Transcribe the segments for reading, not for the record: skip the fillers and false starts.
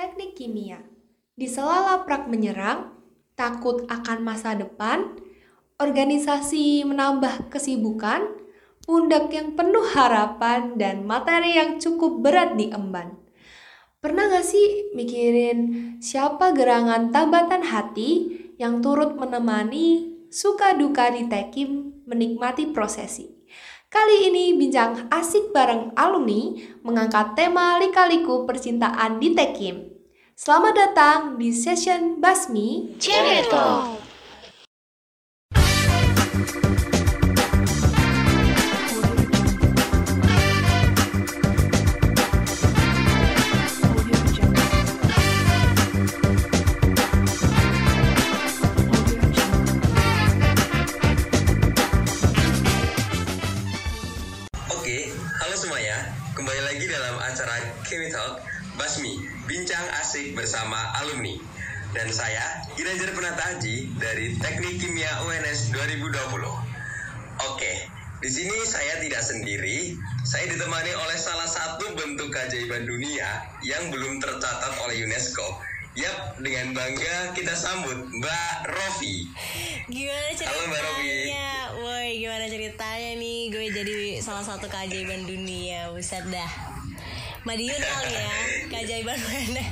teknik kimia. Di sela laprak menyerang, takut akan masa depan, organisasi menambah kesibukan, pundak yang penuh harapan, dan materi yang cukup berat diemban. Pernah gak sih mikirin siapa gerangan tambatan hati yang turut menemani suka duka di Tekim menikmati prosesi? Kali ini bincang asik bareng alumni mengangkat tema lika-liku percintaan di Tekim. Selamat datang di session Basmi Cereto. Halo semuanya, kembali lagi dalam acara Chemi Talk Basmi, bincang asik bersama alumni. Dan saya, Ginanjar Penata Haji dari Teknik Kimia UNS 2020. Oke, di sini saya tidak sendiri, saya ditemani oleh salah satu bentuk keajaiban dunia yang belum tercatat oleh UNESCO. Yap, dengan bangga kita sambut Mbak Rofi. Gimana ceritanya? Halo Mbak Rofi. Woi, gimana ceritanya nih? Gue jadi salah satu keajaiban dunia. Buset dah. Madiun kali ya, keajaiban mana?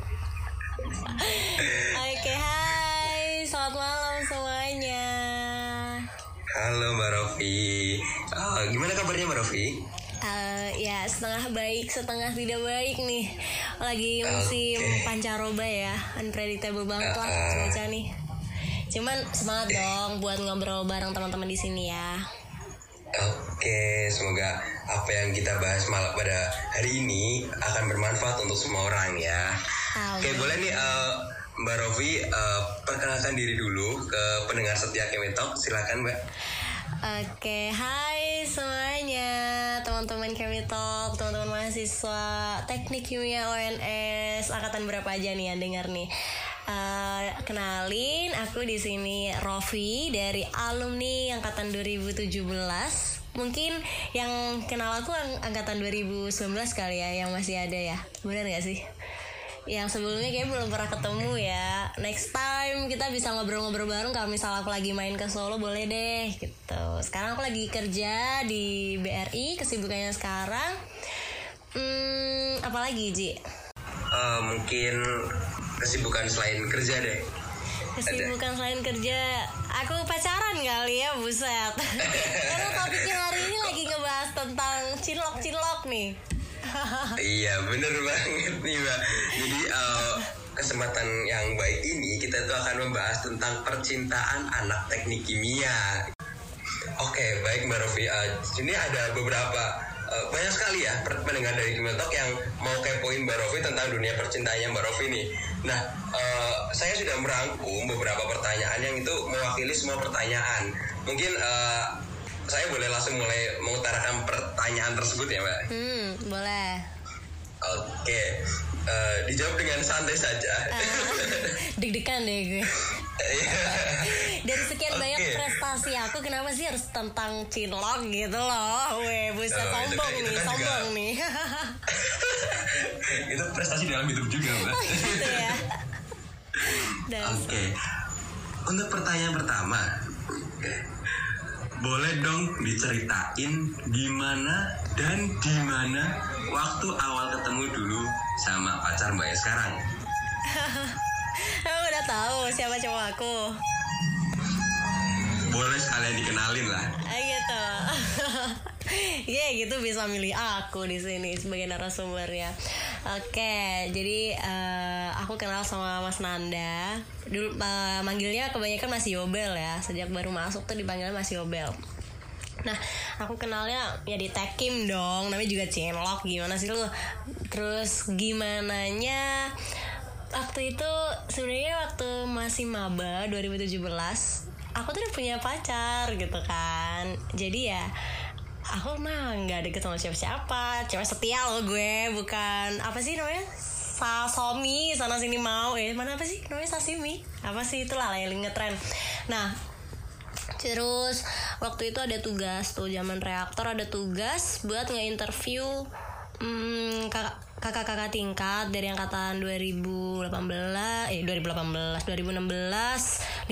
Oke, hai. Selamat malam semuanya. Halo Mbak Rofi. Gimana kabarnya Mbak Rofi? Ya setengah baik, setengah tidak baik nih. Lagi musim pancaroba ya, unpredictable banget lah cuaca nih. Cuman semangat dong buat ngobrol bareng teman-teman di sini ya. Oke, semoga apa yang kita bahas malam pada hari ini akan bermanfaat untuk semua orang ya. Oke, boleh nih Mbak Rofi perkenalkan diri dulu ke pendengar setia Chemi Talk. Silakan Mbak. Oke, hai semuanya, teman-teman Chemi Talk, teman-teman mahasiswa Teknik Kimia UNS angkatan berapa aja nih yang dengar nih? Kenalin, aku di sini Rofi dari alumni angkatan 2017. Mungkin yang kenal aku angkatan 2019 kali ya, yang masih ada ya. Benar gak sih? Yang sebelumnya kayak belum pernah ketemu ya. Next time kita bisa ngobrol-ngobrol bareng. Kalau misal aku lagi main ke Solo boleh deh gitu. Sekarang aku lagi kerja di BRI, kesibukannya sekarang apalagi Ji? Mungkin kesibukan selain kerja deh. Kesibukan selain kerja, aku pacaran kali ya, buset. Karena topiknya hari ini lagi ngebahas tentang cinlok-cinlok nih. Iya bener banget nih Mbak. Jadi kesempatan yang baik ini kita tuh akan membahas tentang percintaan anak teknik kimia. Oke, baik Mbak Rofi. Ini ada beberapa banyak sekali ya pendengar dari Chemi Talk yang mau kepoin Mbak Rofi tentang dunia percintaannya Mbak Rofi nih. Nah, saya sudah merangkum beberapa pertanyaan yang itu mewakili semua pertanyaan. Mungkin saya boleh langsung mulai mengutarakan pertanyaan tersebut ya Mbak? Boleh. Oke, dijawab dengan santai saja. Deg-degan deh gue. Dari sekian banyak prestasi aku, kenapa sih harus tentang cinlok gitu loh? Weh, buset sombong nih. Itu prestasi dalam hidup juga Mbak. Gitu ya. Oke. Untuk pertanyaan pertama, boleh dong diceritain gimana dan di mana waktu awal ketemu dulu sama pacar Mbak ya sekarang? Emang udah tahu siapa cowok aku? Boleh sekalian dikenalin lah. Gitu. Ya gitu bisa milih aku di sini sebagai narasumber ya. Oke, jadi aku kenal sama Mas Nanda. Dulu manggilnya kebanyakan Mas Yobel ya. Sejak baru masuk tuh dipanggilnya Mas Yobel. Nah, aku kenalnya ya di Tekim dong. Namanya juga cinlok. Gimana sih lu? Terus gimananya? Waktu itu sebenarnya waktu masih maba 2017, aku tuh udah punya pacar gitu kan. Jadi ya aku mah nggak deket sama siapa-siapa, cewek setia loh gue, bukan apa sih namanya sasomi sana sini mau mana apa sih namanya sashimi apa sih itulah yang ngetren. Nah terus waktu itu ada tugas tuh zaman reaktor, ada tugas buat nge-interview kakak-kakak tingkat dari angkatan 2016, 2016, 15,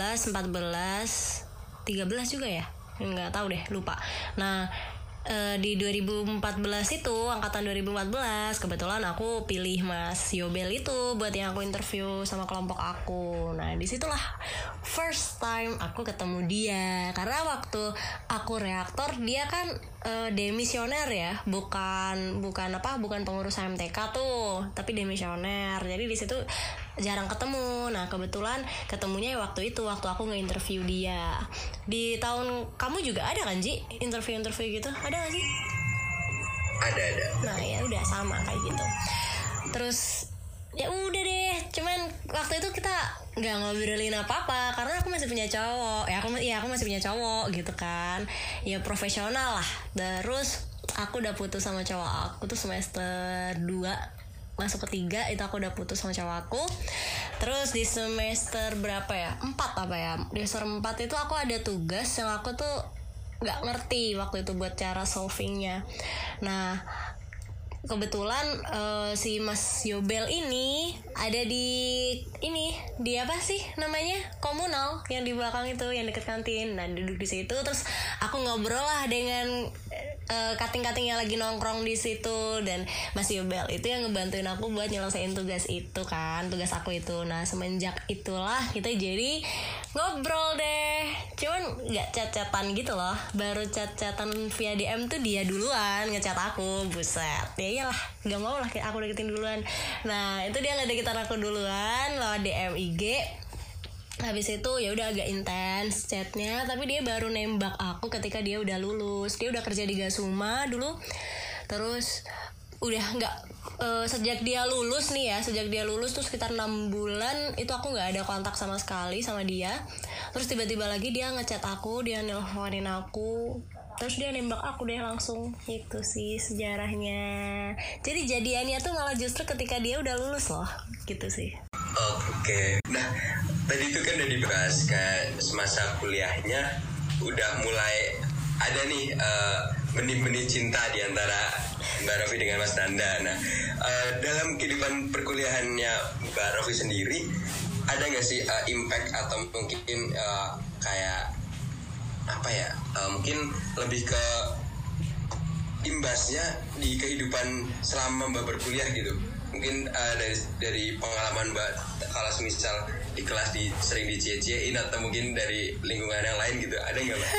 14, 13 juga ya, nggak tahu deh, lupa. Nah, di 2014 itu, angkatan 2014, kebetulan aku pilih Mas Yobel itu buat yang aku interview sama kelompok aku. Nah, disitulah first time aku ketemu dia. Karena waktu aku reaktor, dia kan demisioner ya, bukan pengurus HMTK tuh, tapi demisioner. Jadi di situ jarang ketemu. Nah, kebetulan ketemunya waktu aku nge-interview dia. Di tahun kamu juga ada kan, Ji? Interview gitu. Ada gak sih? Ada. Nah, ya udah sama kayak gitu. Terus ya udah deh, cuman waktu itu kita nggak ngobrolin apa-apa karena aku masih punya cowok. Aku masih punya cowok gitu kan. Ya profesional lah. Terus aku udah putus sama cowok aku tuh semester 2 masuk ke 3 itu aku udah putus sama cowok aku. Terus di semester berapa ya? 4 apa ya? Di semester 4 itu aku ada tugas yang aku tuh nggak ngerti waktu itu buat cara solvingnya. Nah, kebetulan si Mas Yobel ini ada di apa sih namanya, komunal yang di belakang itu yang deket kantin. Nah, duduk di situ terus aku ngobrol lah dengan kating-kating yang lagi nongkrong di situ, dan Mas Yobel itu yang ngebantuin aku buat nyelesain tugas aku itu. Nah, semenjak itulah kita jadi ngobrol deh, cuman nggak chat-chatan gitu loh, baru chat-chatan via DM tuh dia duluan ngechat aku. Buset, ya iyalah, nggak mau lah aku deketin duluan. Nah, itu dia ngedeketin aku duluan lewat DM IG. Habis itu ya udah agak intens chatnya, tapi dia baru nembak aku ketika dia udah lulus. Dia udah kerja di Gasuma dulu. Terus udah nggak sejak dia lulus tuh sekitar 6 bulan itu aku nggak ada kontak sama sekali sama dia. Terus tiba-tiba lagi dia ngechat aku, dia nelfonin aku, terus dia nembak aku deh langsung. Itu sih sejarahnya. Jadi jadiannya tuh malah justru ketika dia udah lulus loh, gitu sih. Oke. Nah, tadi itu kan udah dibahas kayak semasa kuliahnya udah mulai ada nih benih-benih cinta di antara Mbak Rofi dengan Mas Nanda. Nah, dalam kehidupan perkuliahannya Mbak Rofi sendiri, ada nggak sih impact atau mungkin kayak apa ya? Mungkin lebih ke imbasnya di kehidupan selama Mbak berkuliah gitu. Mungkin dari pengalaman Mbak, kalau misal di kelas sering dicie-ciein atau mungkin dari lingkungan yang lain gitu, ada nggak Mbak?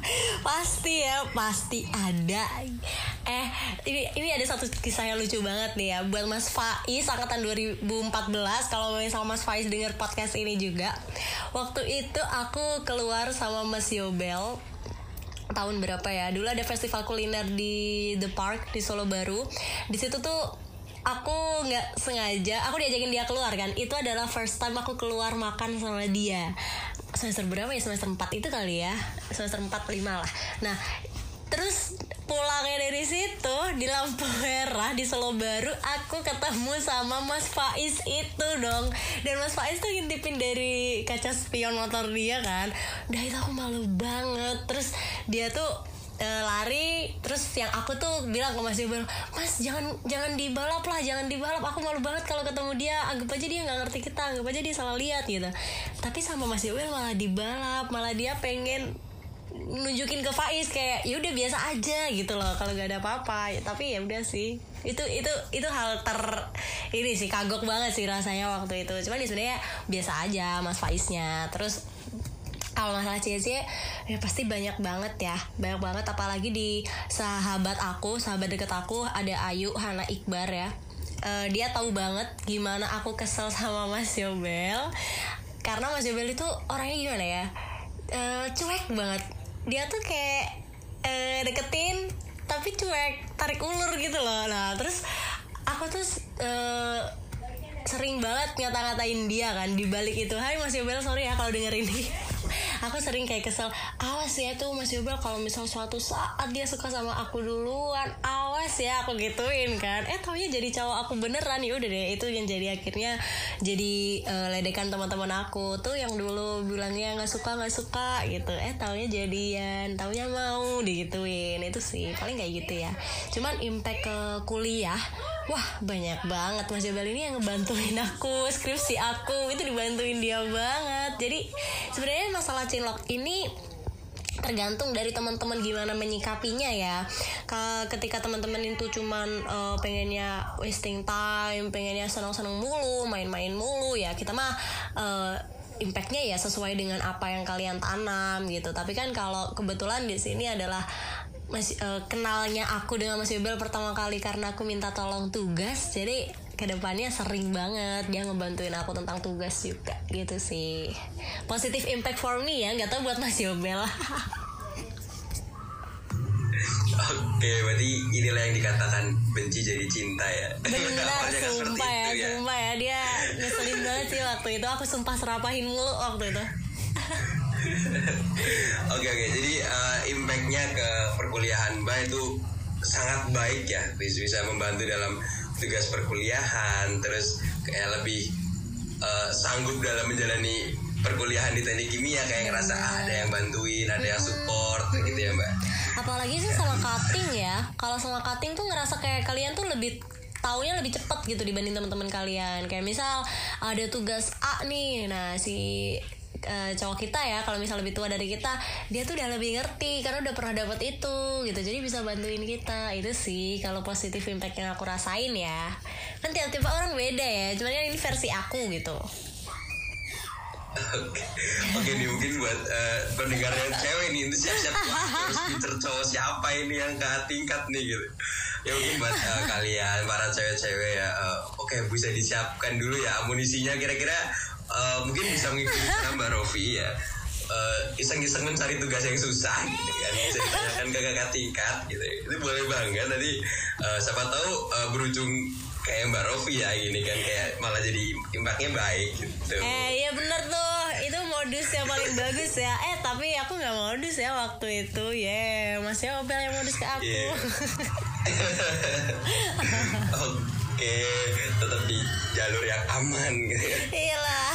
Pasti ada. Ini ada satu kisah yang lucu banget nih ya buat Mas Faiz angkatan 2014. Kalau misal Mas Faiz denger podcast ini juga, waktu itu aku keluar sama Mas Yobel tahun berapa ya? Dulu ada festival kuliner di The Park di Solo Baru. Di situ tuh aku nggak sengaja, aku diajakin dia keluar kan. Itu adalah first time aku keluar makan sama dia. Semester berapa ya? Semester 4 itu kali ya. Semester 4-5 lah. Nah, terus pulangnya dari situ di lampu merah di Solo Baru, aku ketemu sama Mas Faiz itu dong. Dan Mas Faiz tuh ngintipin dari kaca spion motor dia kan. Udah itu aku malu banget. Terus dia tuh lari, terus yang aku tuh bilang ke Mas Yobel, Mas jangan dibalap, aku malu banget kalau ketemu dia, anggap aja dia nggak ngerti kita, anggap aja dia salah lihat gitu. Tapi sama Mas Yobel malah dibalap, malah dia pengen nunjukin ke Faiz kayak ya udah biasa aja gitu loh kalau nggak ada apa-apa. Tapi ya udah sih, itu hal ini sih kagok banget sih rasanya waktu itu. Cuman sebenarnya biasa aja Mas Faiznya. Terus kalau masalah cie-cie ya pasti banyak banget, apalagi di sahabat deket aku ada Ayu Hana Iqbar ya. Dia tahu banget gimana aku kesel sama Mas Yobel, karena Mas Yobel itu orangnya gimana ya, cuek banget. Dia tuh kayak deketin tapi cuek, tarik ulur gitu loh. Nah terus aku tuh sering banget ngata-ngatain dia kan di balik itu. Hai Mas Yobel, sorry ya kalau denger ini. Aku sering kayak kesel, awas ya tuh Mas Yobel kalau misal suatu saat dia suka sama aku duluan, awas ya aku gituin kan. Taunya jadi cowok aku beneran. Ya udah deh, itu yang jadi akhirnya jadi ledekan teman-teman aku tuh yang dulu bilangnya nggak suka gitu. Taunya jadian, taunya mau digituin. Itu sih paling kayak gitu ya. Cuman impact ke kuliah, wah banyak banget. Mas Jabal ini yang ngebantuin aku, skripsi aku itu dibantuin dia banget. Jadi sebenarnya masalah cinlok ini tergantung dari teman-teman gimana menyikapinya ya. Ketika teman-teman itu cuman pengennya wasting time, pengennya senang-senang mulu, main-main mulu, ya kita mah impactnya ya sesuai dengan apa yang kalian tanam gitu. Tapi kan kalau kebetulan di sini adalah kenalnya aku dengan Mas Yobel pertama kali karena aku minta tolong tugas, jadi kedepannya sering banget dia ngebantuin aku tentang tugas juga gitu sih. Positive impact for me ya, nggak tahu buat Mas Yobel. Oke, berarti inilah yang dikatakan benci jadi cinta ya. Benar, sumpah ya, dia ngeselin banget sih waktu itu. Aku sumpah serapahin mulu waktu itu. Oke, jadi impactnya ke perkuliahan Mbak itu sangat baik ya, bisa membantu dalam tugas perkuliahan, terus kayak lebih sanggup dalam menjalani perkuliahan di teknik kimia, kayak ngerasa ada yang bantuin, ada yang support gitu ya Mbak. Apalagi sih sama cutting ya, kalau sama cutting tuh ngerasa kayak kalian tuh lebih taunya lebih cepet gitu dibanding teman-teman kalian. Kayak misal ada tugas A nih, nah si cowok kita ya, kalau misal lebih tua dari kita, dia tuh udah lebih ngerti karena udah pernah dapet itu gitu, jadi bisa bantuin kita. Itu sih kalau positif impact yang aku rasain ya. Kan tiap-tiap orang beda ya, cuman kan ini versi aku gitu. Oke nih, mungkin buat pendengar yang cewek nih, itu siap-siap harus pinter cowok siapa ini yang ke tingkat nih gitu. Ya mungkin buat kalian para cewek-cewek ya, oke, bisa disiapkan dulu ya amunisinya, kira-kira mungkin bisa mengikuti cara Mbak Rofi ya, iseng-iseng mencari tugas yang susah gitu kan, bisa ditanyakan ke kakak tingkat gitu, itu boleh banget. Nanti siapa tahu berujung kayak Mbak Rofi ya gini kan, kayak malah jadi impactnya baik gitu. Iya bener tuh, itu modus yang paling bagus ya. Tapi aku nggak modus ya waktu itu ya, Mas Yobel yang modus ke aku. Oke, tetap di jalur yang aman gitu ya. Iyalah.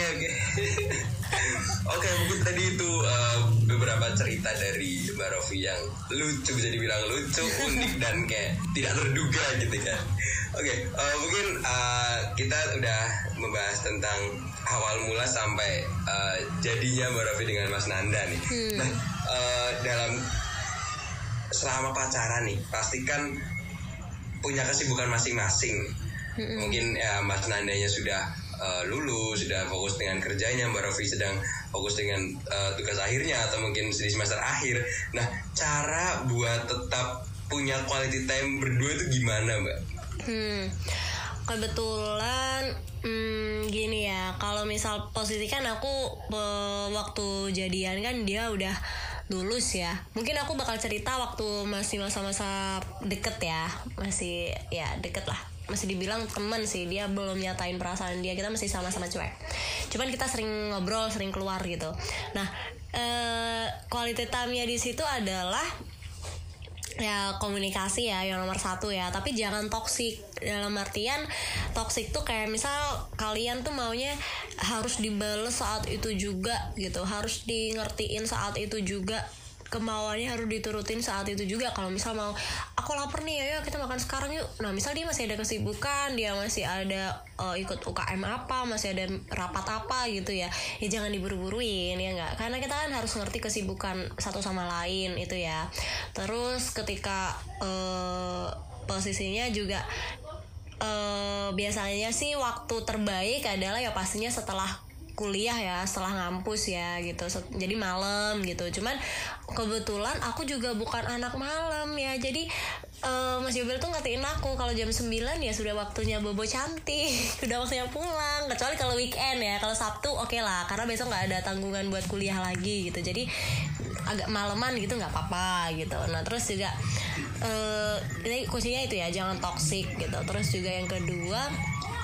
Oke, mungkin tadi itu beberapa cerita dari Mbak Rofi yang lucu, bisa dibilang lucu, unik dan kayak tidak terduga gitu kan. Oke, mungkin kita udah membahas tentang awal mula sampai jadinya Mbak Rofi dengan Mas Nanda nih. Nah, dalam selama pacaran nih, pastikan punya kesibukan masing-masing. Mungkin ya Mas Nandanya sudah lulus, sudah fokus dengan kerjanya, Mbak Rofi sedang fokus dengan tugas akhirnya atau mungkin di semester akhir. Nah, cara buat tetap punya quality time berdua itu gimana Mbak? Kebetulan gini ya, kalau misal posisi kan aku waktu jadian kan dia udah lulus ya. Mungkin aku bakal cerita waktu masih masa-masa deket ya, masih ya deket lah, masih dibilang temen sih, dia belum nyatain perasaan dia, kita masih sama-sama cuek, cuman kita sering ngobrol, sering keluar gitu. Nah, quality time-nya di situ adalah ya komunikasi ya, yang nomor satu ya. Tapi jangan toksik, dalam artian toksik tuh kayak misal kalian tuh maunya harus dibales saat itu juga gitu, harus di ngertiin saat itu juga, kemauannya harus diturutin saat itu juga. Kalau misal mau, aku lapar nih, ayo kita makan sekarang yuk. Nah misal dia masih ada kesibukan, dia masih ada ikut UKM apa, masih ada rapat apa gitu ya, jangan diburu-buruin ya nggak, karena kita kan harus ngerti kesibukan satu sama lain itu ya. Terus ketika posisinya juga biasanya sih waktu terbaik adalah ya pastinya setelah kuliah ya, setelah ngampus ya gitu, jadi malam gitu. Cuman kebetulan aku juga bukan anak malam ya, jadi Mas Yobel tuh ngatain aku kalau jam 9 ya sudah waktunya bobo cantik, udah waktunya pulang. Kecuali kalau weekend ya, kalau Sabtu oke lah, karena besok nggak ada tanggungan buat kuliah lagi gitu, jadi agak maleman gitu nggak apa-apa gitu. Nah terus juga ini kuncinya itu ya, jangan toksik gitu. Terus juga yang kedua,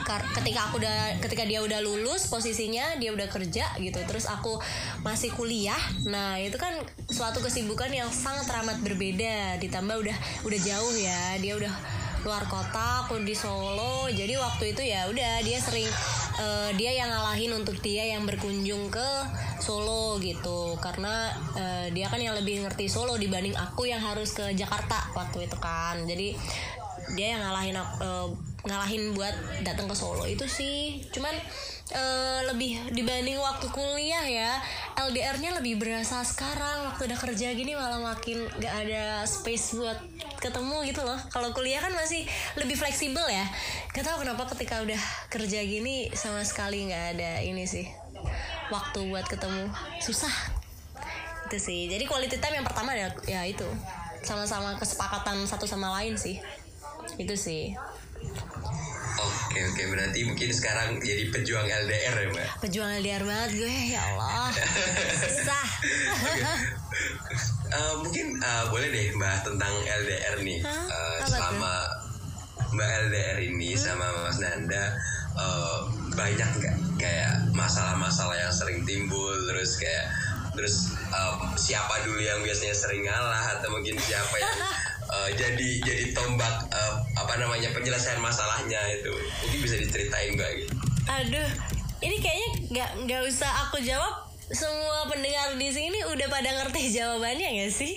ketika dia udah lulus, posisinya dia udah kerja gitu, terus aku masih kuliah. Nah itu kan suatu kesibukan yang sangat teramat berbeda, ditambah udah jauh ya, dia udah luar kota, aku di Solo. Jadi waktu itu ya udah dia sering dia yang ngalahin untuk dia yang berkunjung ke Solo gitu, karena dia kan yang lebih ngerti Solo dibanding aku yang harus ke Jakarta waktu itu kan. Jadi dia yang ngalahin buat datang ke Solo itu sih. Cuman lebih dibanding waktu kuliah ya, LDR-nya lebih berasa sekarang. Waktu udah kerja gini malah makin gak ada space buat ketemu gitu loh. Kalau kuliah kan masih lebih fleksibel ya. Gak tahu kenapa ketika udah kerja gini sama sekali gak ada ini sih, waktu buat ketemu, susah itu sih. Jadi quality time yang pertama ya itu, sama-sama kesepakatan satu sama lain sih, itu sih. Oke, berarti mungkin sekarang jadi pejuang LDR ya Mbak? Pejuang LDR banget gue, ya Allah. Susah. Mungkin boleh deh Mbak tentang LDR nih. Selama Mbak LDR ini sama Mas Nanda, banyak nggak kayak masalah-masalah yang sering timbul, terus siapa dulu yang biasanya sering ngalah, atau mungkin siapa yang jadi tombak penyelesaian masalahnya, itu mungkin bisa diceritain Mbak gitu. Aduh, ini kayaknya nggak usah aku jawab, semua pendengar di sini udah pada ngerti jawabannya nggak sih?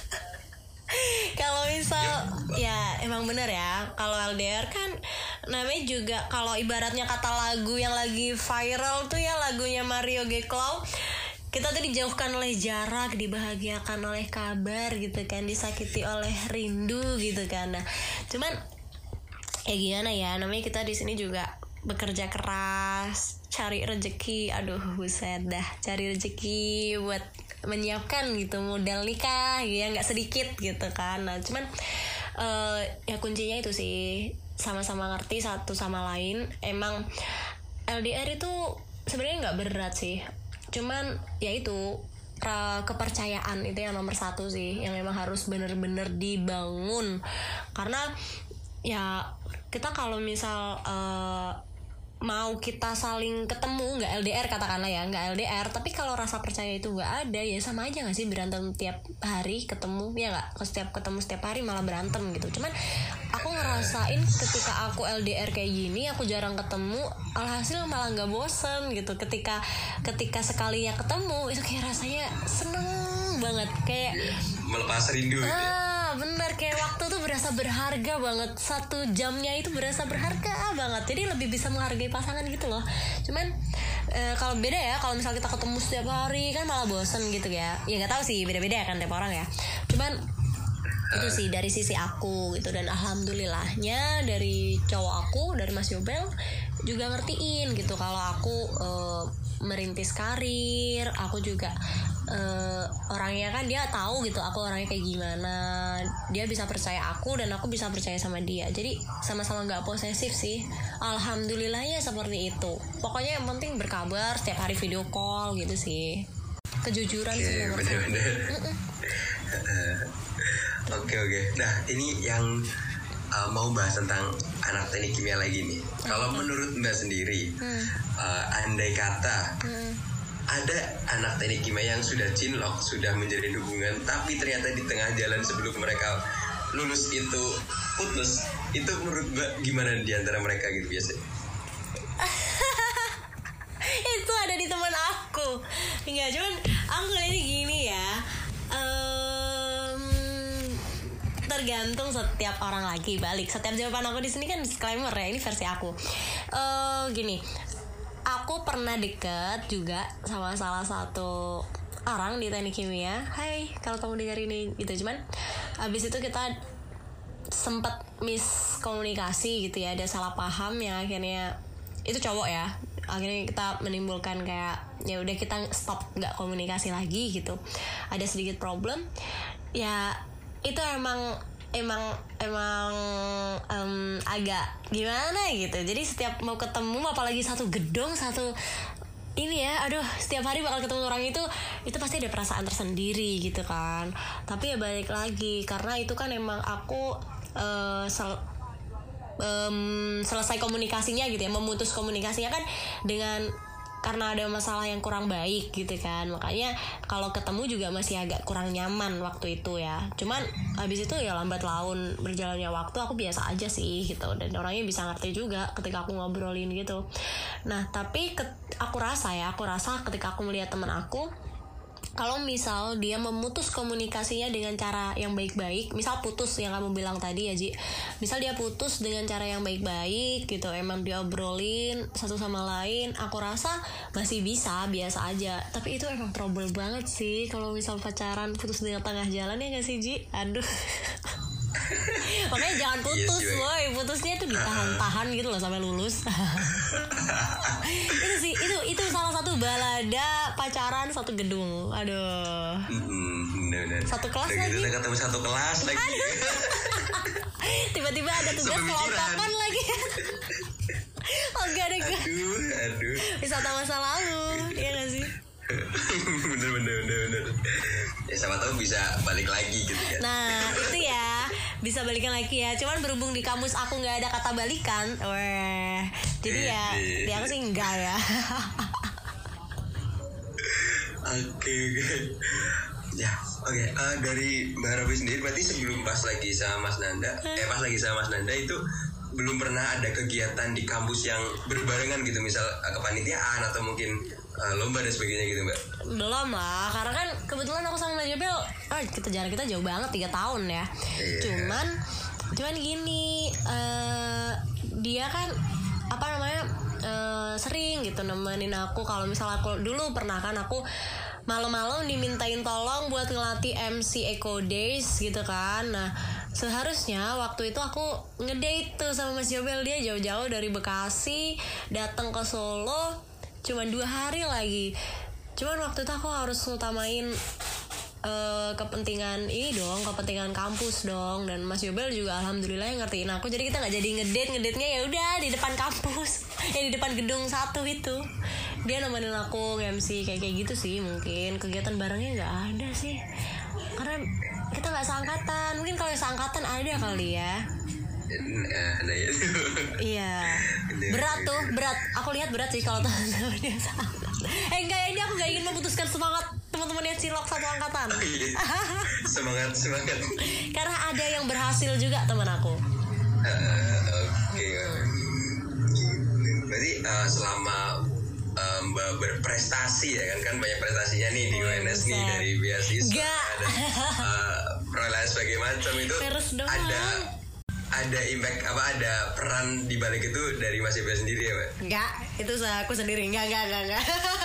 Kalau misal ya emang bener ya, kalau LDR kan namanya juga, kalau ibaratnya kata lagu yang lagi viral tuh ya, lagunya Mario Geklau, kita tuh dijauhkan oleh jarak, dibahagiakan oleh kabar gitu kan, disakiti oleh rindu gitu kan. Nah, cuman ya gimana ya, namanya kita di sini juga bekerja keras, cari rezeki. Aduh, buset dah, cari rezeki buat menyiapkan gitu modal nikah ya, nggak sedikit gitu kan. Nah, cuman ya kuncinya itu sih, sama-sama ngerti satu sama lain. Emang LDR itu sebenarnya nggak berat sih, cuman ya itu kepercayaan itu yang nomor satu sih, yang memang harus bener-bener dibangun. Karena ya kita kalau misal mau kita saling ketemu, nggak LDR katakanlah ya, nggak LDR, tapi kalau rasa percaya itu nggak ada, ya sama aja nggak sih berantem tiap hari ketemu, ya nggak? Setiap ketemu setiap hari malah berantem gitu. Cuman aku ngerasain ketika aku LDR kayak gini, aku jarang ketemu, alhasil malah nggak bosen gitu. Ketika sekalinya ketemu itu kayak rasanya seneng banget, kayak melepas rindu. Bener, kayak waktu tuh berasa berharga banget, 1 jamnya itu berasa berharga banget. Jadi lebih bisa menghargai pasangan gitu loh. Cuman kalau beda ya, kalau misal kita ketemu setiap hari kan malah bosen gitu ya. Ya nggak tahu sih, beda-beda kan tiap orang ya. Cuman itu sih dari sisi aku gitu. Dan alhamdulillahnya dari cowok aku, dari Mas Yobel juga ngertiin gitu kalau aku merintis karir. Aku juga orangnya kan dia tahu gitu aku orangnya kayak gimana, dia bisa percaya aku dan aku bisa percaya sama dia. Jadi sama-sama nggak posesif sih, alhamdulillahnya seperti itu. Pokoknya yang penting berkabar, setiap hari video call gitu sih. Kejujuran sih nomor satu. Oke. Nah ini yang mau bahas tentang anak teknik kimia lagi nih. Kalau menurut Mbak sendiri, andai kata ada anak teknik kimia yang sudah cinlok, sudah menjalin hubungan, tapi ternyata di tengah jalan sebelum mereka lulus itu putus, itu menurut Mbak gimana di antara mereka gitu biasanya? Itu ada di teman aku. Enggak, cuman aku ini gini ya, tergantung setiap orang lagi. Balik, setiap jawaban aku di sini kan disclaimer ya, ini versi aku. Gini, aku pernah deket juga sama salah satu orang di teknik kimia. Hai, kalau kamu dengar ini gitu. Cuman abis itu kita sempat miskomunikasi gitu ya, ada salah paham yang akhirnya itu cowok ya. Akhirnya kita menimbulkan kayak ya udah kita stop, nggak komunikasi lagi gitu. Ada sedikit problem. Ya itu emang agak gimana gitu. Jadi setiap mau ketemu, apalagi satu gedung, satu ini ya, aduh, setiap hari bakal ketemu orang itu pasti ada perasaan tersendiri gitu kan. Tapi ya balik lagi, karena itu kan emang aku selesai komunikasinya gitu ya, memutus komunikasinya kan dengan karena ada masalah yang kurang baik gitu kan, makanya kalau ketemu juga masih agak kurang nyaman waktu itu ya. Cuman habis itu ya lambat laun berjalannya waktu aku biasa aja sih gitu, dan orangnya bisa ngerti juga ketika aku ngobrolin gitu. Nah tapi aku rasa ketika aku melihat teman aku, kalau misal dia memutus komunikasinya dengan cara yang baik-baik, misal putus yang kamu bilang tadi ya Ji, misal dia putus dengan cara yang baik-baik gitu, emang diobrolin satu sama lain, aku rasa masih bisa, biasa aja. Tapi itu emang trouble banget sih kalau misal pacaran putus dengan tengah jalan, ya gak sih Ji? Aduh. Makanya jangan putus, boy. Putusnya tuh ditahan-tahan gitu loh sampai lulus. Itu sih, itu salah satu balada pacaran satu gedung. Aduh. Bener. Satu kelas udah lagi. Kita ketemu satu kelas lagi. Tiba-tiba ada tugas kelompokan lagi. Oh gak ada gue. Aduh. Wisata masa lalu, iya gak sih? bener. Ya sama tahu bisa balik lagi gitu kan. Nah itu ya, bisa balikan lagi ya. Cuman berhubung di kamus aku nggak ada kata balikan, jadi ya di aku sih enggak ya. Oke. Ya, oke. Dari Mbak Robi sendiri, berarti sebelum pas lagi sama Mas Nanda itu belum pernah ada kegiatan di kampus yang berbarengan gitu, misal kepanitiaan atau mungkin lomba dan sebagainya gitu Mbak? Belum lah, karena kan kebetulan aku sama Mas Jabel, jarak kita jauh banget 3 tahun ya. Cuman gini, dia kan sering gitu nemenin aku. Kalau misalnya aku dulu pernah kan aku malam-malam dimintain tolong buat ngelatih MC Eco Days gitu kan. Nah seharusnya waktu itu aku ngedate tuh sama Mas Jobel, dia jauh-jauh dari Bekasi datang ke Solo cuman 2 hari lagi. Cuman waktu itu aku harus ngutamain kepentingan kampus dong, dan Mas Jobel juga alhamdulillah yang ngertiin aku, jadi kita nggak jadi ngedate-nya ya udah di depan kampus di depan gedung 1 itu dia nemenin aku MC kayak gitu sih. Mungkin kegiatan barengnya nggak ada sih karena kita nggak seangkatan. Mungkin kalau seangkatan ada kali ya. Ada ya. Iya. Berat. Aku lihat berat sih kalau teman-teman dia seangkatan. Enggak, ini aku nggak ingin memutuskan semangat teman-teman yang cilok satu angkatan. Semangat. Karena ada yang berhasil juga teman aku. Oke. Berarti selama Mbak berprestasi ya kan banyak prestasinya nih di UNS nih, dari beasiswa ada perolehan sebagai macam itu, ada impact ada peran di balik itu dari Mas Iba sendiri ya Mbak? Enggak, itu aku sendiri. Enggak. Enggak.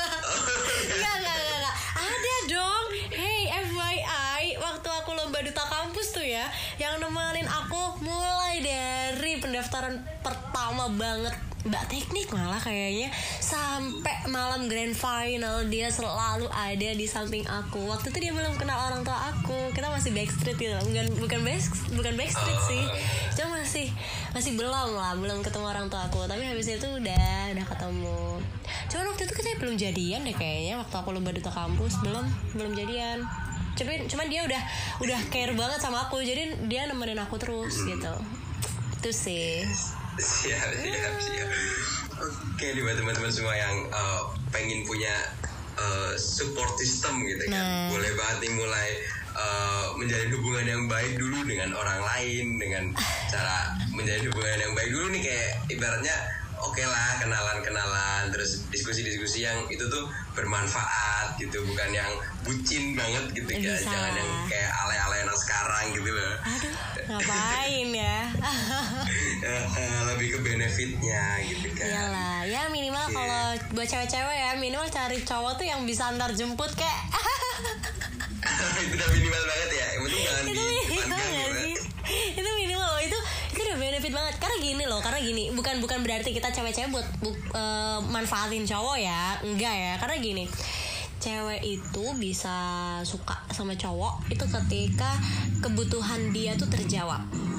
Ada dong. Hey, FYI, waktu aku lomba duta kampus tuh ya, yang nemenin aku mulai dari pendaftaran pertama banget, Mbak Teknik malah kayaknya, sampai malam grand final dia selalu ada di samping aku. Waktu itu dia belum kenal orang tua aku, kita masih backstreet gitu, bukan backstreet sih, cuma masih belum ketemu orang tua aku. Tapi habis itu udah ketemu. Cuman waktu itu kita belum jadian deh kayaknya, waktu aku lomba duta kampus belum jadian. Cuman dia udah care banget sama aku, jadi dia nemenin aku terus gitu. Itu sih. Siap. Oke, nih buat teman-teman semua yang pengen punya support system gitu kan, boleh banget nih mulai menjalin hubungan yang baik dulu dengan orang lain, dengan cara menjalin hubungan yang baik dulu nih, kayak ibaratnya oke lah kenalan terus diskusi yang itu tuh bermanfaat gitu, bukan yang bucin banget gitu kan, jangan yang kayak alay-alay anak sekarang gitu loh. Aduh, ngapain ya? Lebih ke benefitnya gitu kan. Iyalah, ya minimal kalau buat cewek-cewek ya, minimal cari cowok tuh yang bisa antar jemput kayak. Itu udah minimal banget ya. Yang penting jangan itu minimal gak sih? Itu minimal loh, itu udah benefit banget. Karena gini, bukan berarti kita cewek-cewek buat manfaatin cowok ya, enggak ya. Karena gini, cewek itu bisa suka sama cowok itu ketika kebutuhan dia tuh terjawab.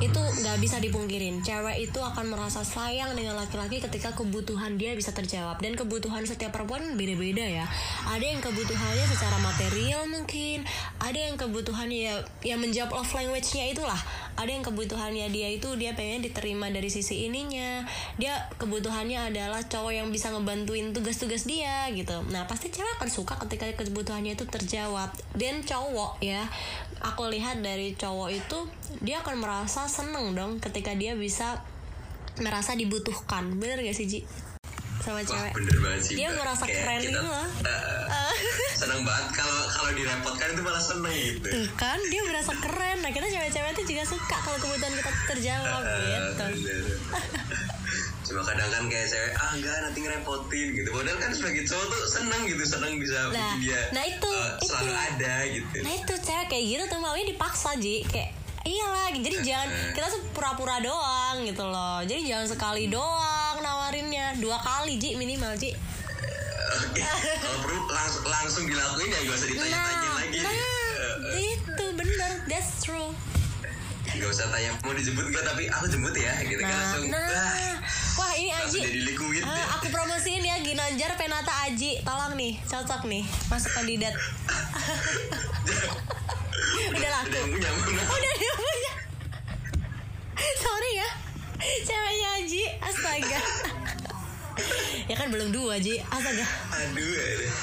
itu nggak bisa dipungkirin, cewek itu akan merasa sayang dengan laki-laki ketika kebutuhan dia bisa terjawab. Dan kebutuhan setiap perempuan beda-beda ya. Ada yang kebutuhannya secara material mungkin, ada yang kebutuhannya ya menjawab love language-nya itulah. Ada yang kebutuhannya dia itu dia pengen diterima dari sisi ininya, dia kebutuhannya adalah cowok yang bisa ngebantuin tugas-tugas dia gitu. Nah pasti cewek akan suka ketika kebutuhannya itu terjawab. Dan cowok ya, aku lihat dari cowok itu dia akan merasa seneng dong ketika dia bisa merasa dibutuhkan. Bener gak sih Ji? Sama cewek. Wah, bener banget sih. Dia ngerasa keren gitu loh. Seneng banget kalau direpotkan itu malah seneng gitu. Tuh kan, dia merasa keren. Nah kita cewek-cewek itu juga suka kalau kebutuhan kita terjawab gitu. Cuma kadang kan kayak cewek, enggak nanti ngerepotin gitu. Padahal kan sebagai cowok tuh seneng gitu, seneng bisa bikin dia selalu ada gitu. Nah itu cewek kayak gitu tuh maunya dipaksa Ji. Kayak iyalah, jadi jangan kita tuh pura-pura doang gitu loh. Jadi jangan sekali doang nawarinnya, 2 kali Ji minimal Ji. Oke. Kalau perlu langsung dilakuin ya, gak usah ditanya-tanya lagi. Itu bener, that's true. Gak usah tanya mau dijemput gak, tapi aku jemput ya gitu kan langsung. Wah ini Aji, jadi liquid. aku promosiin ya Ginanjar Penata Aji, tolong nih, cocok nih masuk kandidat. Udah laku. Udah dia punya. Sorry ya, ceweknya Aji, astaga. Ya kan belum 2 Ji, astaga. Aduh.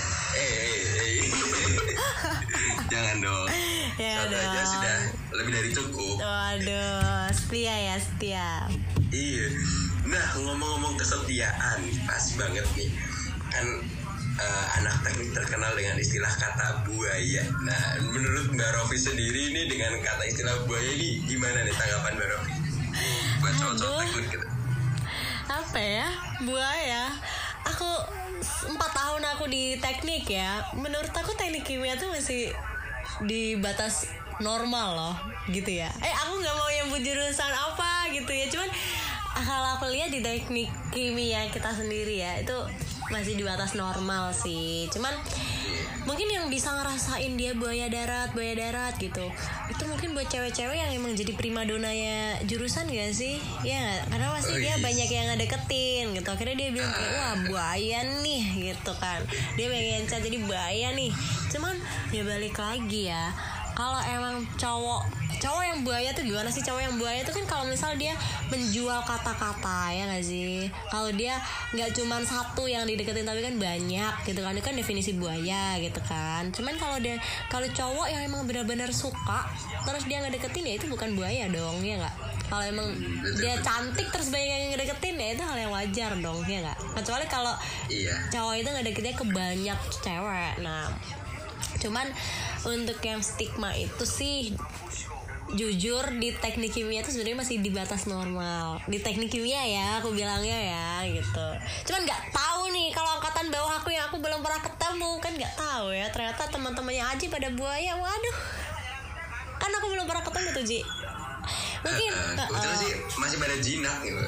Jangan dong. Ya satu aja sudah lebih dari cukup. Waduh, setia ya, setia. Iya. Nah, ngomong-ngomong kesetiaan, pas banget nih. Kan anak teknik terkenal dengan istilah kata buaya. Nah, menurut Mbak Rofi sendiri ini dengan kata istilah buaya ini gimana nih tanggapan Mbak Rofi? Buat cowok-cowok teknik gitu. Apa ya? Buaya. Aku 4 tahun aku di teknik ya. Menurut aku teknik kimia tuh masih di batas normal loh, gitu ya. Aku nggak mau nyebut jurusan apa gitu ya. Cuman kalau aku lihat di teknik kimia kita sendiri ya, itu masih di batas normal sih. Cuman mungkin yang bisa ngerasain dia buaya darat gitu, itu mungkin buat cewek-cewek yang emang jadi primadonanya jurusan gak sih? Ya gak? Karena pasti dia banyak yang ngedeketin gitu. Akhirnya dia bilang kayak, wah buaya nih gitu kan. Dia pengen jadi buaya nih. Cuman ya balik lagi ya, kalau emang cowok yang buaya tuh gimana sih? Cowok yang buaya tuh kan kalau misal dia menjual kata-kata ya nggak sih? Kalau dia nggak cuma satu yang dideketin tapi kan banyak gitu kan, itu kan definisi buaya gitu kan. Cuman kalau cowok yang emang benar-benar suka terus dia ngedeketin ya itu bukan buaya dong, ya nggak? Kalau emang dia cantik terus banyak yang ngedeketin ya itu hal yang wajar dong, ya nggak? Kecuali kalau cowok itu ngedeketinnya ke banyak cewek. Nah, cuman untuk yang stigma itu sih jujur di teknik kimia itu sebenarnya masih di batas normal. Di teknik kimia ya aku bilangnya ya gitu. Cuman nggak tahu nih kalau angkatan bawah aku yang aku belum pernah ketemu, kan nggak tahu ya. Ternyata teman-temannya Aji pada buaya. Waduh. Kan aku belum pernah ketemu tuh Ji. Mungkin kebetulan sih masih pada jinak gitu.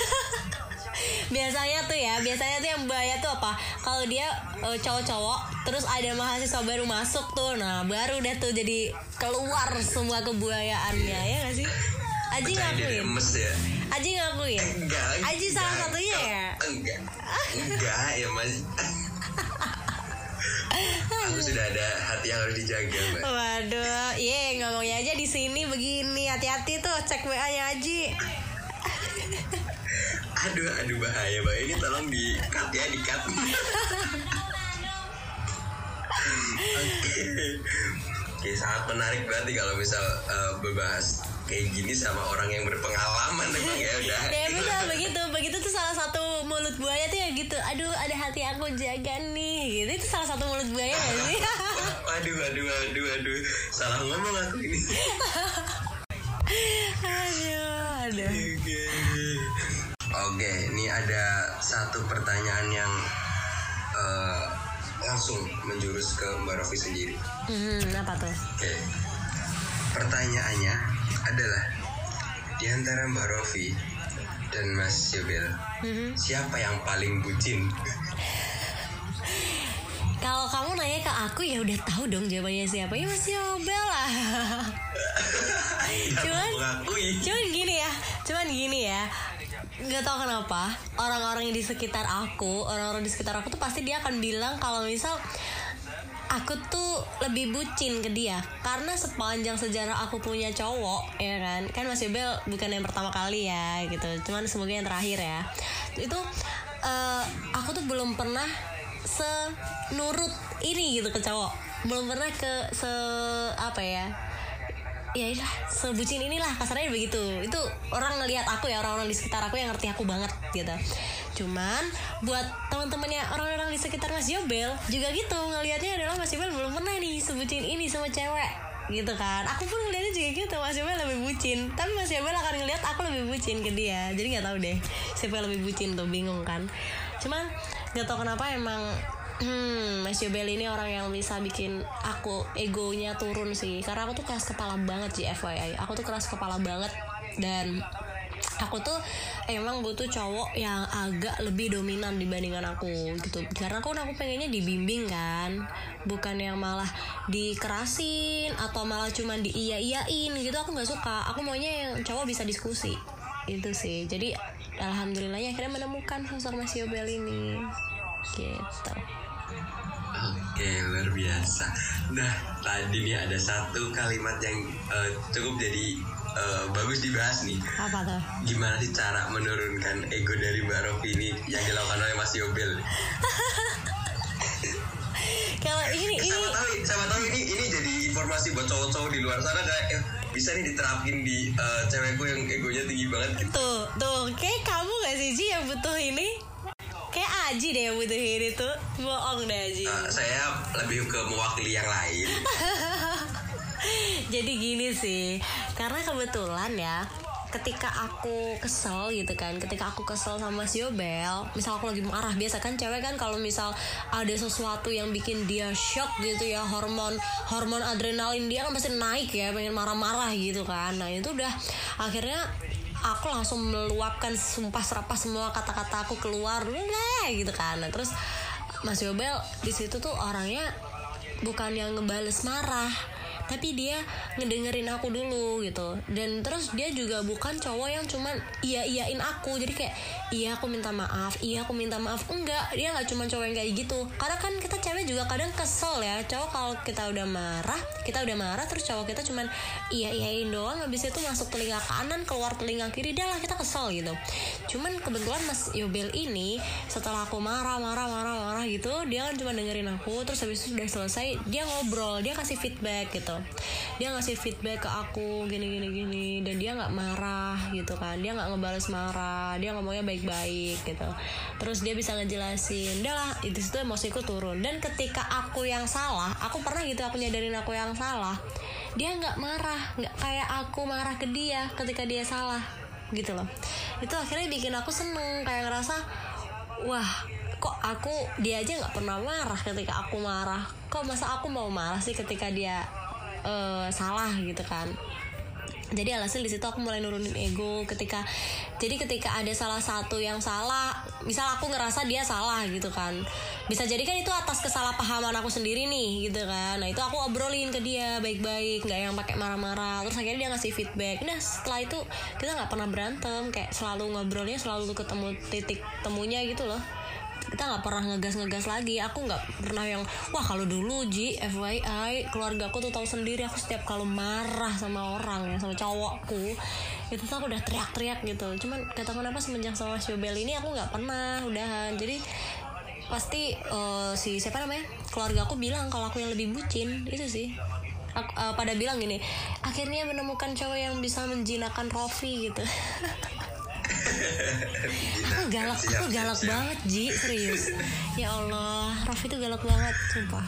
Biasanya tuh yang buaya tuh apa? Kalau dia cowok-cowok terus ada mahasiswa baru masuk tuh, nah baru deh tuh jadi keluar semua kebuayaannya, ya nggak sih? Aji ngakuin? Ya? Aji ngakuin? Enggak. Aji salah satunya ya? Enggak ya Mas. Aku sudah ada hati yang harus dijaga, Mbak. Waduh, ngomongnya aja di sini begini, hati-hati tuh cek WA-nya Aji. Aduh bahaya Mbak, ini tolong di-cut ya, di-cut. Oke, sangat menarik berarti kalau misal berbahas kayak gini sama orang yang berpengalaman memang ya udah. Ya begitu tuh salah satu mulut buaya tuh ya gitu. Aduh, ada hati aku jaga nih. Gitu itu salah satu mulut buaya gak sih? Aduh. Salah ngomong aku ini. Aduh. Oke, ini ada satu pertanyaan yang langsung menjurus ke Mbak Rofi sendiri. Apa tuh? Oke. Pertanyaannya adalah di antara Mbak Rofi dan Mas Yobel, siapa yang paling bucin? Kalau kamu nanya ke aku ya udah tahu dong jawabannya siapa. Ya Mas Yobel lah. Cuman gini ya. Nggak tahu kenapa orang-orang di sekitar aku tuh pasti dia akan bilang kalau misal aku tuh lebih bucin ke dia. Karena sepanjang sejarah aku punya cowok, ya kan Mas Yobel bukan yang pertama kali ya gitu, cuman semoga yang terakhir ya. Itu aku tuh belum pernah senurut ini gitu ke cowok, belum pernah ke sebucin inilah, kasarnya begitu. Itu orang ngelihat aku ya, orang-orang di sekitar aku yang ngerti aku banget gitu. Cuman buat teman-temannya orang-orang di sekitar Mas Yobel juga gitu, ngelihatnya adalah Mas Yobel belum pernah nih sebucin ini sama cewek gitu kan. Aku pun ngeliatnya juga gitu, Mas Yobel lebih bucin, tapi Mas Yobel akan ngelihat aku lebih bucin ke dia. Jadi nggak tahu deh siapa yang lebih bucin tuh, bingung kan. Cuman nggak tahu kenapa emang Mas Yobel ini orang yang bisa bikin aku egonya turun sih. Karena aku tuh keras kepala banget sih, FYI. Aku tuh keras kepala banget. Dan aku tuh emang butuh cowok yang agak lebih dominan dibandingkan aku gitu. Karena aku pengennya dibimbing kan, bukan yang malah dikerasin atau malah cuma diiya-iyain gitu. Aku gak suka. Aku maunya yang cowok bisa diskusi. Itu sih. Jadi alhamdulillahnya akhirnya menemukan sosok Mas Yobel ini gitu. Oke, luar biasa. Nah, tadi nih ada satu kalimat yang cukup jadi bagus dibahas nih. Apa tuh? Gimana sih cara menurunkan ego dari Mbak Rofi ini yang dilakukan oleh Mas Yobel? Kalau ini sama tahu ini jadi informasi buat cowok-cowok di luar sana kayak bisa nih diterapin di cewekku yang egonya tinggi banget gitu. Tuh, kayak kamu gak sih Ji yang butuh ini? Kayak Aji deh yang butuh ini tuh. Bohong deh Aji. Saya lebih ke mewakili yang lain. Jadi gini sih, karena kebetulan ya, ketika aku kesel gitu kan, ketika aku kesel sama Mas Yobel, misal aku lagi marah, biasa kan cewek kan kalau misal ada sesuatu yang bikin dia shock gitu ya, hormon adrenalin dia kan pasti naik ya, pengen marah-marah gitu kan. Nah itu udah akhirnya aku langsung meluapkan sumpah serapah semua kata-kata aku keluar gitu kan. Nah, terus Mas Yobel di situ tuh orangnya bukan yang ngebales marah, tapi dia ngedengerin aku dulu gitu. Dan terus dia juga bukan cowok yang cuman iya-iyain aku. Jadi kayak iya aku minta maaf. Enggak, dia gak cuma cowok yang kayak gitu. Karena kan kita cewek juga kadang kesel ya. Cowok kalau kita udah marah terus cowok kita cuman iya-iyain doang, habis itu masuk telinga kanan keluar telinga kiri, dah lah kita kesel gitu. Cuman kebetulan Mas Yobel ini setelah aku marah gitu, dia kan cuma dengerin aku. Terus habis itu udah selesai, dia ngobrol, dia kasih feedback gitu. Dia ngasih feedback ke aku gini, dan dia nggak marah gitu kan, dia nggak ngebales marah, dia ngomongnya baik-baik gitu. Terus dia bisa ngejelasin, udah lah itu situ emosiku turun. Dan ketika aku yang salah, aku pernah gitu, aku nyadarin aku yang salah, dia nggak marah, nggak kayak aku marah ke dia ketika dia salah gitu loh. Itu akhirnya bikin aku seneng, kayak ngerasa wah kok dia aja nggak pernah marah ketika aku marah, kok masa aku mau marah sih ketika dia salah gitu kan. Jadi alhasil di situ aku mulai nurunin ego ketika ada salah satu yang salah, misal aku ngerasa dia salah gitu kan, bisa jadi kan itu atas kesalahpahaman aku sendiri nih gitu kan. Nah itu aku obrolin ke dia baik-baik, nggak yang pakai marah-marah. Terus akhirnya dia ngasih feedback. Nah setelah itu kita nggak pernah berantem, kayak selalu ngobrolnya selalu ketemu titik temunya gitu loh. Kita nggak pernah ngegas lagi. Aku nggak pernah yang wah kalau dulu Ji, FYI keluarga aku tuh tahu sendiri, aku setiap kalau marah sama orang ya, sama cowokku itu tuh aku udah teriak-teriak gitu. Cuman kata kenapa semenjak sama Mas Yobel ini aku nggak pernah udahan. Jadi pasti keluarga aku bilang kalau aku yang lebih bucin. Itu sih pada bilang gini, akhirnya menemukan cowok yang bisa menjinakkan Rofi gitu. Aku galak banget Ji, serius. Ya Allah, Raffi tuh galak banget, sumpah.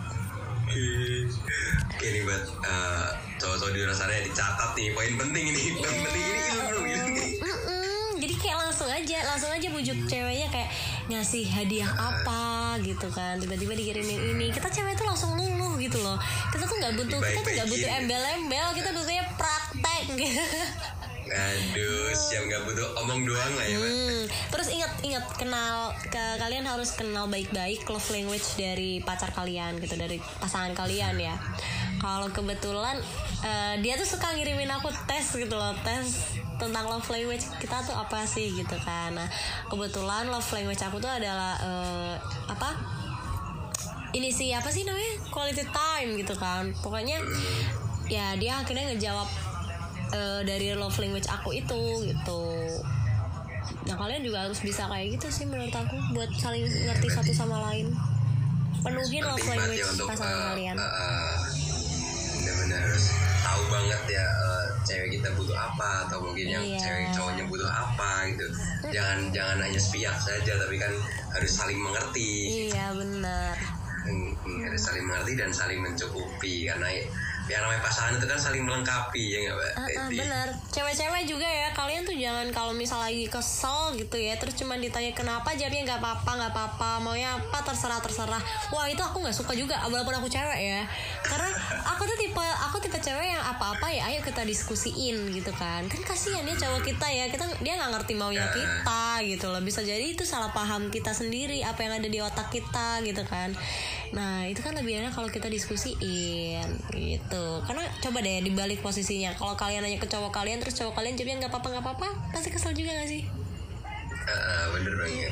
Oke nih buat cowok-cowok di luar sana yang dicatat nih, poin penting ini ilmu ini. Jadi kayak langsung aja bujuk ceweknya, kayak ngasih hadiah apa gitu kan, tiba-tiba dikirimin ini. Kita cewek tuh langsung luluh gitu loh. Kita tuh nggak butuh embel-embel, kita butuhnya praktek gitu. Aduh, siap nggak butuh omong doang lah ya, Mbak. Terus ingat kalian harus kenal baik-baik love language dari pacar kalian gitu, dari pasangan kalian ya. Kalau kebetulan dia tuh suka ngirimin aku tes gitu loh, tes tentang love language kita tuh apa sih gitu kan. Nah, kebetulan love language aku tuh adalah ini sih apa sih namanya, quality time gitu kan. Pokoknya ya dia akhirnya ngejawab dari love language aku itu gitu. Nah, kalian juga harus bisa kayak gitu sih menurut aku, buat saling ngerti satu sama lain. Penuhin love language pasangan kalian. Benar-benar harus tahu banget ya cewek kita butuh apa, atau mungkin yang cewek cowoknya butuh apa gitu. Jangan hanya sepihak saja, tapi kan harus saling mengerti. Iya, benar. Harus saling mengerti dan saling mencukupi, karena yang namanya pasangan itu kan saling melengkapi, ya nggak, Mbak? Benar. Cewek-cewek juga ya, kalian tuh jangan kalau misal lagi kesel gitu ya, terus cuma ditanya kenapa, jawabnya nggak apa-apa, maunya apa terserah. Wah, itu aku nggak suka juga, walaupun aku cewek ya. Karena aku tipe cewek yang apa-apa ya ayo kita diskusiin gitu kan. Kan kasihan dia cowok kita ya, dia nggak ngerti maunya kita gitu loh. Bisa jadi itu salah paham kita sendiri, apa yang ada di otak kita gitu kan. Nah, itu kan lebih enak kalau kita diskusiin gitu. Karena coba deh dibalik posisinya, kalau kalian nanya ke cowok kalian terus cowok kalian jawabnya nggak apa-apa, pasti kesel juga nggak sih? Bener banget.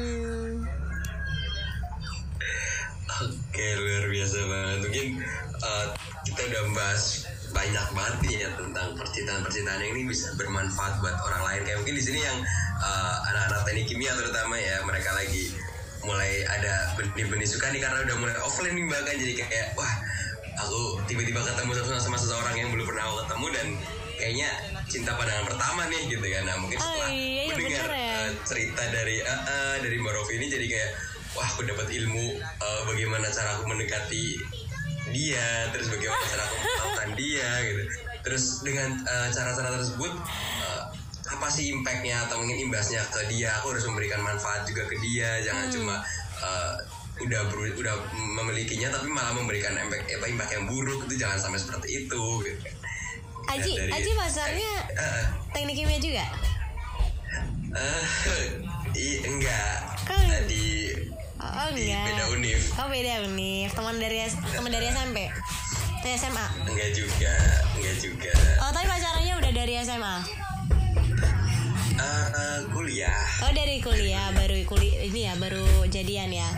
Oke, luar biasa banget. Mungkin kita udah bahas banyak banget nih ya tentang percintaan yang ini bisa bermanfaat buat orang lain. Kayak mungkin di sini yang anak-anak teknik kimia terutama ya, mereka lagi mulai ada benih-benih suka nih karena udah mulai offline nih, bahkan jadi kayak wah, aku tiba-tiba ketemu sama seseorang yang belum pernah aku ketemu dan kayaknya cinta pandangan pertama nih gitu kan. Nah, mungkin setelah mendengar cerita dari Mbak Rofi ini, jadi kayak wah, aku dapat ilmu bagaimana cara aku mendekati dia, terus bagaimana cara aku melakukan dia gitu. Terus dengan cara-cara tersebut apa sih impactnya atau mungkin imbasnya ke dia, aku harus memberikan manfaat juga ke dia, jangan cuma udah memilikinya tapi malah memberikan impact yang buruk, itu jangan sampai seperti itu gitu. Aji pacarnya teknik kimia juga? Enggak. Di beda univ. Oh, beda univ. Teman dari SMP? Dari SMA? Enggak juga. Oh, tapi pacarannya udah dari SMA? Kuliah. Oh, dari kuliah, baru jadian ya.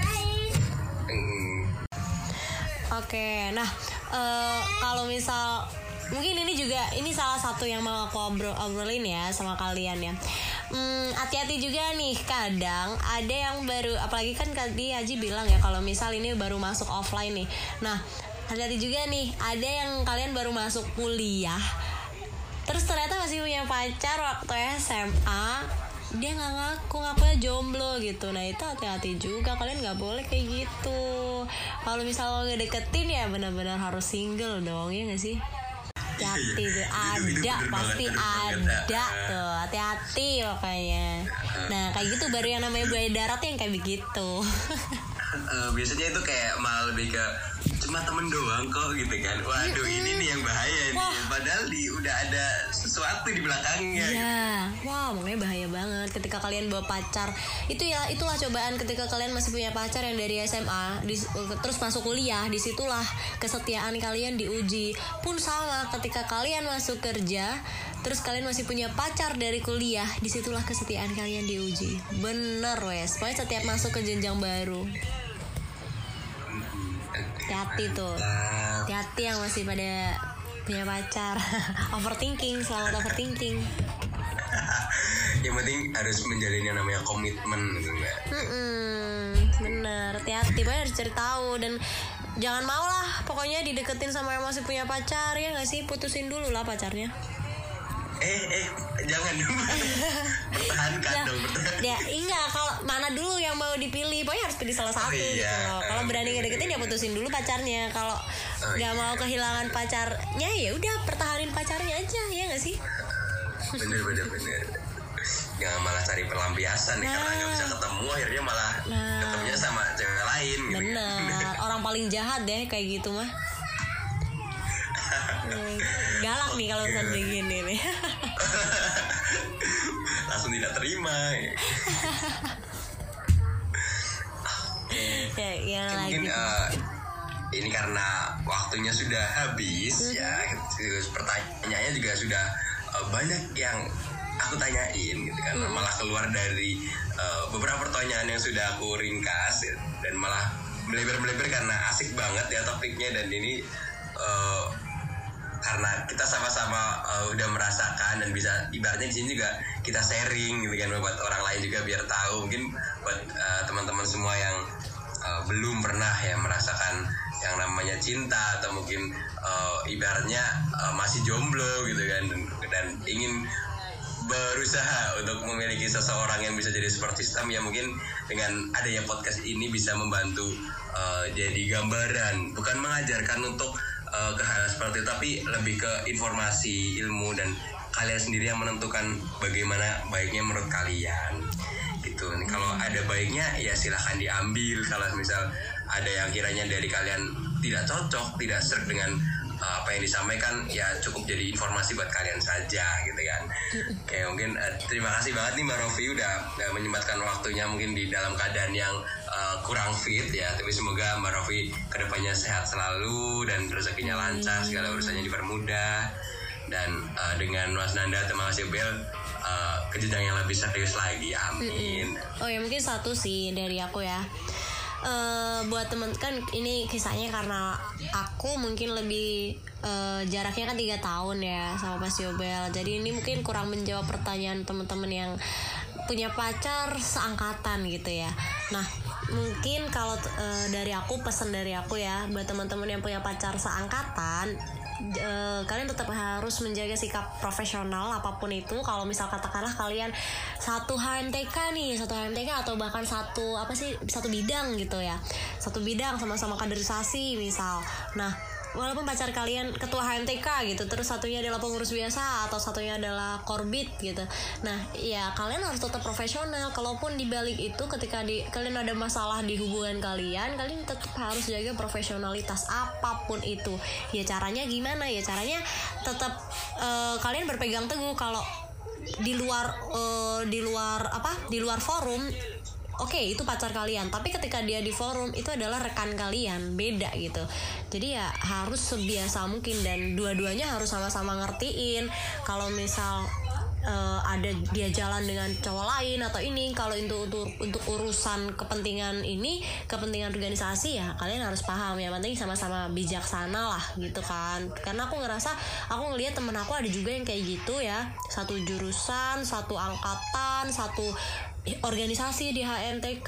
Oke, nah kalau misal mungkin ini salah satu yang mau aku obrolin ya sama kalian ya. Hati-hati juga nih, kadang ada yang baru, apalagi kan tadi Haji bilang ya kalau misal ini baru masuk offline nih. Nah, hati-hati juga nih, ada yang kalian baru masuk kuliah terus ternyata masih punya pacar waktu SMA, dia ngakunya jomblo gitu. Nah, itu hati-hati juga, kalian nggak boleh kayak gitu. Kalau misal ngedeketin ya benar-benar harus single dong, ya nggak sih? Hati-hati tuh, pasti ada tuh, hati-hati makanya. Nah, kayak gitu baru yang namanya buaya darat yang kayak begitu. Biasanya itu kayak malah lebih ke cuma temen doang kok gitu kan. Waduh, ini nih yang bahaya nih. Padahal udah ada sesuatu di belakangnya. Iya, wah, makanya bahaya banget ketika kalian bawa pacar. Itulah cobaan ketika kalian masih punya pacar yang dari SMA, terus masuk kuliah, disitulah kesetiaan kalian diuji. Pun sama ketika kalian masuk kerja, terus kalian masih punya pacar dari kuliah, disitulah kesetiaan kalian diuji. Bener wes, pokoknya setiap masuk ke jenjang baru. Hati-hati tuh, hati-hati yang masih pada punya pacar. Overthinking, selamat overthinking. Yang penting harus menjalin yang namanya komitmen gitu, Mbak. Bener, hati-hati, pokoknya harus cari tahu. Dan jangan mau lah pokoknya dideketin sama yang masih punya pacar, ya gak sih? Putusin dulu lah pacarnya. Jangan dulu. Pertahankan dong. Ya enggak, kalau mana dulu yang mau dipilih, pokoknya harus pilih salah satu gitu loh. Kalau berani ngedeketin ya putusin dulu pacarnya. Kalau nggak mau kehilangan pacarnya ya udah pertahanin pacarnya aja, ya nggak sih? Bener. Jangan malah cari pelampiasan nih, karena nggak bisa ketemu, akhirnya malah ketemunya sama cewek lain. Bener, orang paling jahat deh kayak gitu mah. Galak nih kalau urusan begini nih. langsung tidak terima. Ya mungkin ini karena waktunya sudah habis ya, pertanyaannya juga sudah banyak yang aku tanyain gitu kan, malah keluar dari beberapa pertanyaan yang sudah aku ringkas ya, dan malah melebar-melebar karena asik banget ya topiknya. Dan ini karena kita sama-sama udah merasakan dan bisa ibaratnya di sini juga kita sharing gitu kan buat orang lain juga biar tahu, mungkin buat teman-teman semua yang belum pernah ya merasakan yang namanya cinta atau mungkin ibaratnya masih jomblo gitu kan, dan ingin berusaha untuk memiliki seseorang yang bisa jadi support system ya, mungkin dengan adanya podcast ini bisa membantu jadi gambaran, bukan mengajarkan untuk ke hal seperti itu, tapi lebih ke informasi, ilmu, dan kalian sendiri yang menentukan bagaimana baiknya menurut kalian gitu. Kalau ada baiknya ya silahkan diambil, kalau misal ada yang kiranya dari kalian tidak cocok, tidak serg dengan apa yang disampaikan, ya cukup jadi informasi buat kalian saja gitu kan. Oke, mungkin terima kasih banget nih Mbak Rofi udah menyempatkan waktunya mungkin di dalam keadaan yang kurang fit ya, tapi semoga Mbak Rofi kedepannya sehat selalu dan rezekinya lancar, segala urusannya dipermudah, dan dengan Mas Nanda atau Mas Yobel ke jenjang yang lebih serius lagi, amin. Oh ya, mungkin satu sih dari aku ya, buat temen kan ini kisahnya karena aku mungkin lebih jaraknya kan 3 tahun ya sama Mas Yobel, jadi ini mungkin kurang menjawab pertanyaan teman-teman yang punya pacar seangkatan gitu ya. Nah mungkin kalau dari aku, pesan dari aku ya buat teman-teman yang punya pacar seangkatan, kalian tetap harus menjaga sikap profesional apapun itu. Kalau misal katakanlah kalian satu HMTK atau bahkan satu bidang gitu ya, satu bidang sama-sama kaderisasi misal. Nah walaupun pacar kalian ketua HMTK gitu, terus satunya adalah pengurus biasa atau satunya adalah korbit gitu, nah ya kalian harus tetap profesional. Kalaupun dibalik itu ketika kalian ada masalah di hubungan kalian tetap harus jaga profesionalitas apapun itu. Ya caranya gimana? Ya caranya tetap kalian berpegang teguh kalau di luar forum, oke, itu pacar kalian, tapi ketika dia di forum itu adalah rekan kalian, beda gitu. Jadi ya harus sebiasa mungkin, dan dua-duanya harus sama-sama ngertiin kalau misal ada dia jalan dengan cowok lain atau ini, kalau untuk urusan kepentingan organisasi ya kalian harus paham ya, penting sama-sama bijaksana lah gitu kan. Karena aku ngelihat temen aku ada juga yang kayak gitu ya, satu jurusan, satu angkatan, satu organisasi di HMTK,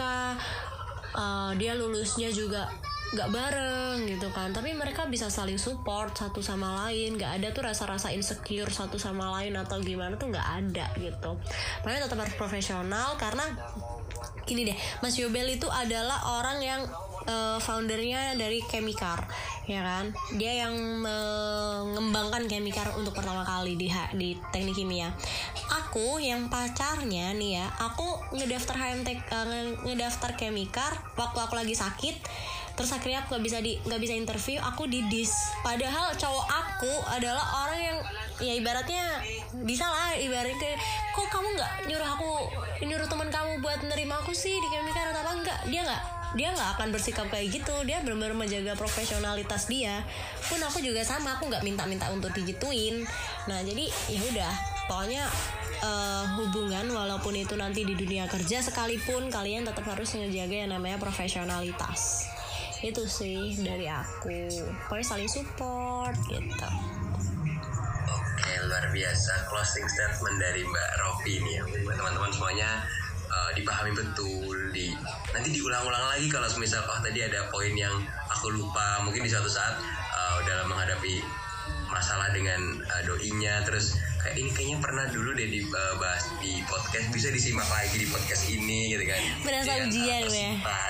dia lulusnya juga gak bareng gitu kan, tapi mereka bisa saling support satu sama lain, gak ada tuh rasa-rasa insecure satu sama lain atau gimana tuh gak ada gitu. Makanya tetap harus profesional, karena gini deh, Mas Yobel itu adalah orang yang foundernya dari Chemicar ya kan, dia yang mengembangkan Chemicar untuk pertama kali di teknik kimia. Aku yang pacarnya nih ya, aku ngedaftar Chemicar waktu aku lagi sakit, terus akhirnya aku nggak bisa interview, aku didis. Padahal cowok aku adalah orang yang ya ibaratnya bisa lah, ibaratnya kok kamu nggak nyuruh teman kamu buat nerima aku sih di Chemicar atau apa? Enggak, dia nggak akan bersikap kayak gitu. Dia benar-benar menjaga profesionalitas dia. Pun aku juga sama, aku nggak minta untuk digituin. Nah jadi ya udah, pokoknya hubungan walaupun itu nanti di dunia kerja sekalipun, kalian tetap harus ngejaga yang namanya profesionalitas. Itu sih dari aku, pokoknya saling support gitu. Oke, luar biasa closing statement dari Mbak Rofi nih ya, buat teman-teman semuanya. Dipahami betul, nanti diulang-ulang lagi kalau misal tadi ada poin yang aku lupa, mungkin di suatu saat dalam menghadapi masalah dengan doinya, terus kayak ini kayaknya pernah dulu deh dibahas di podcast, bisa disimak lagi di podcast ini gitu kan. Berasa ujian ya.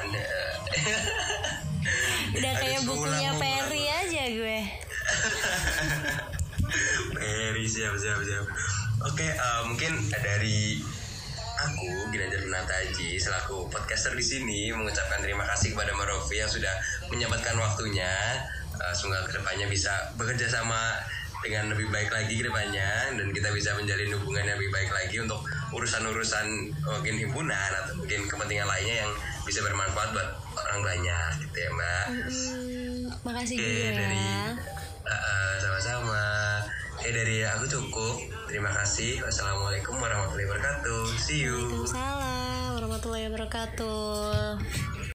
Udah kayak bukunya Perry aja gue. Perry siap. Oke, mungkin dari aku Ginanjar Nataji selaku podcaster di sini mengucapkan terima kasih kepada Mbak Rofi yang sudah menyempatkan waktunya. Semoga kedepannya bisa bekerja sama dengan lebih baik lagi ke depannya, dan kita bisa menjalin hubungan yang lebih baik lagi untuk urusan-urusan mungkin himpunan atau mungkin kepentingan lainnya yang bisa bermanfaat buat orang banyak gitu ya Mbak. Makasih Oke, juga ya. dari sama-sama. Dari aku cukup. Terima kasih. Wassalamualaikum warahmatullahi wabarakatuh. See you. Waalaikumsalam warahmatullahi wabarakatuh.